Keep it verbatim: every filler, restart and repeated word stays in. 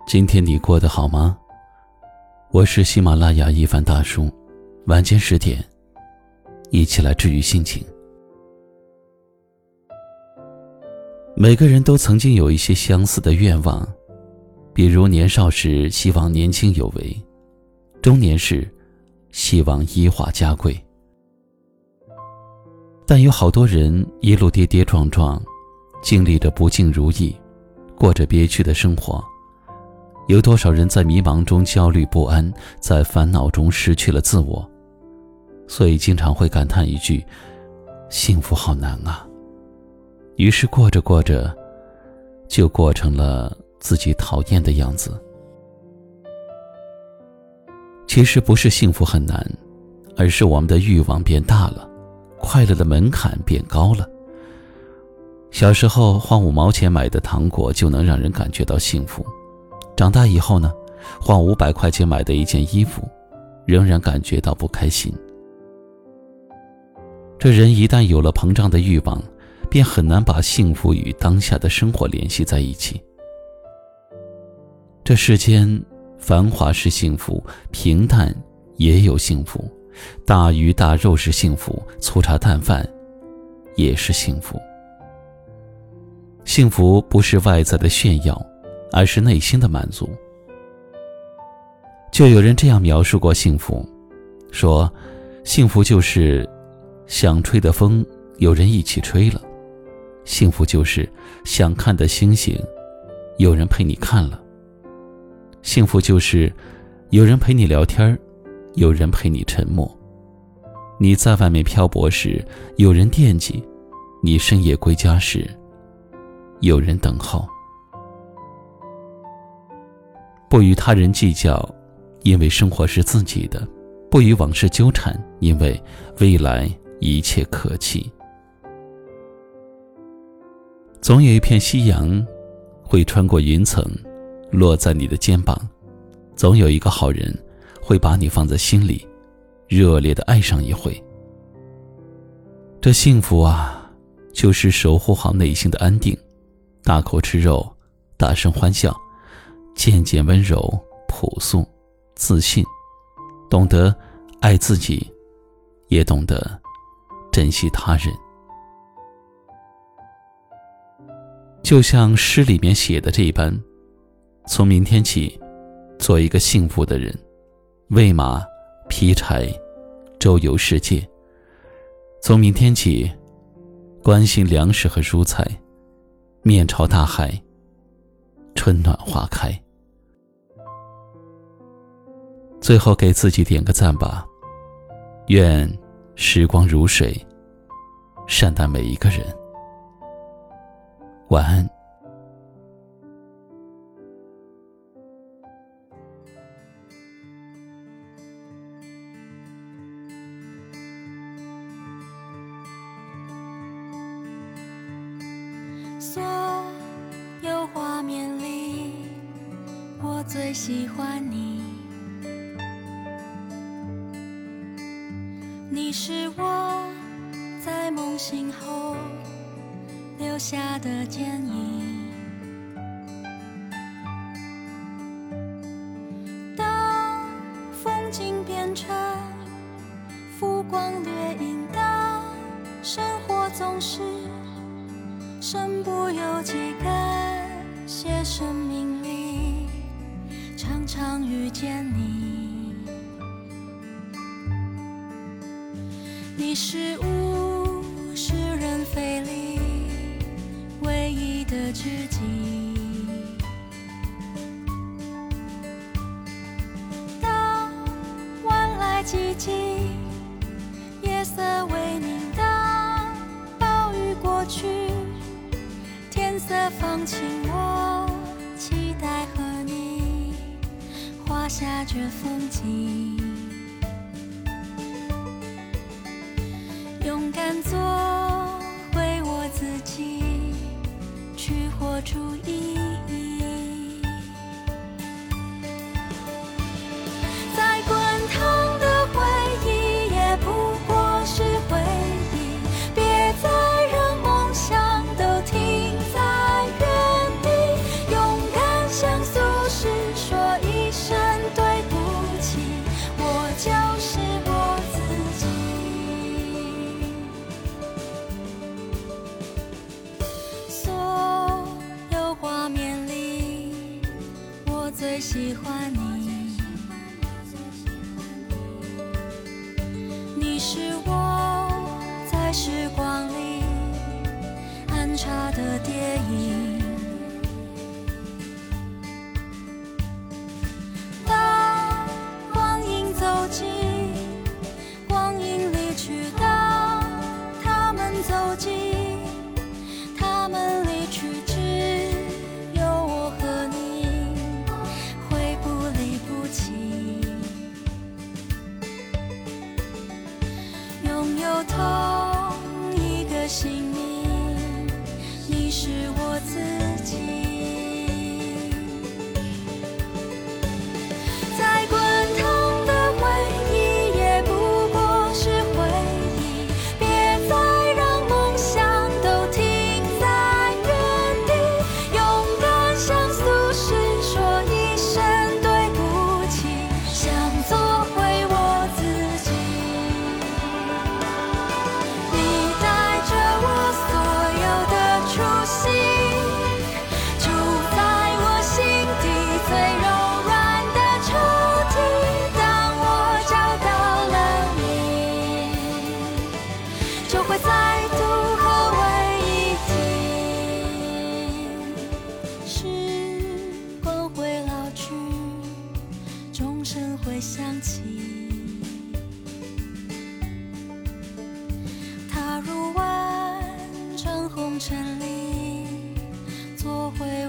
今天你过得好吗？我是喜马拉雅一凡大叔，晚间十点，一起来治愈心情。每个人都曾经有一些相似的愿望，比如年少时希望年轻有为，中年时希望衣华家贵。但有好多人一路跌跌撞撞，经历着不尽如意，过着憋屈的生活。有多少人在迷茫中焦虑不安，在烦恼中失去了自我，所以经常会感叹一句，幸福好难啊。于是过着过着，就过成了自己讨厌的样子。其实不是幸福很难，而是我们的欲望变大了，快乐的门槛变高了。小时候花五毛钱买的糖果就能让人感觉到幸福，长大以后呢，花五百块钱买的一件衣服，仍然感觉到不开心。这人一旦有了膨胀的欲望，便很难把幸福与当下的生活联系在一起。这世间繁华是幸福，平淡也有幸福，大鱼大肉是幸福，粗茶淡饭也是幸福。幸福不是外在的炫耀，而是内心的满足。就有人这样描述过幸福，说幸福就是想吹的风有人一起吹了，幸福就是想看的星星有人陪你看了，幸福就是有人陪你聊天，有人陪你沉默。你在外面漂泊时，有人惦记；你深夜归家时，有人等候。不与他人计较，因为生活是自己的；不与往事纠缠，因为未来一切可期。总有一片夕阳会穿过云层，落在你的肩膀；总有一个好人会把你放在心里，热烈地爱上一回。这幸福啊，就是守护好内心的安定，大口吃肉，大声欢笑，渐渐温柔朴素自信，懂得爱自己，也懂得珍惜他人。就像诗里面写的这般，从明天起做一个幸福的人，喂马劈柴周游世界。从明天起关心粮食和蔬菜，面朝大海，春暖花开。最后给自己点个赞吧，愿时光如水，善待每一个人。晚安。 所有画面里，我最喜欢你。你是我在梦醒后留下的剪影。当风景变成浮光掠影，当生活总是身不由己，感谢生命里常常遇见你。你是物是人非里唯一的知己。当晚来寂静，夜色微明，当暴雨过去，天色放晴，我期待和你画下这风景。勇敢做回我自己，去活出意义。再滚烫的回忆也不过是回忆，别再让梦想都停在原地，勇敢向俗世时光里安插的电影。当光阴走近，光阴离去，当他们走近，他们离去，只有我和你会不离不弃，拥有同一个姓名，你是我自己。再滚烫的回忆也不过是回忆，别再让梦想都停在原地，勇敢向俗世说一声对不起，想做回我自己。你带着我所有的初心，住在我心底最柔软的抽屉，当我找到了你，就会再度合为一体。时光会老去，钟声会响起，踏入万丈红尘里，做回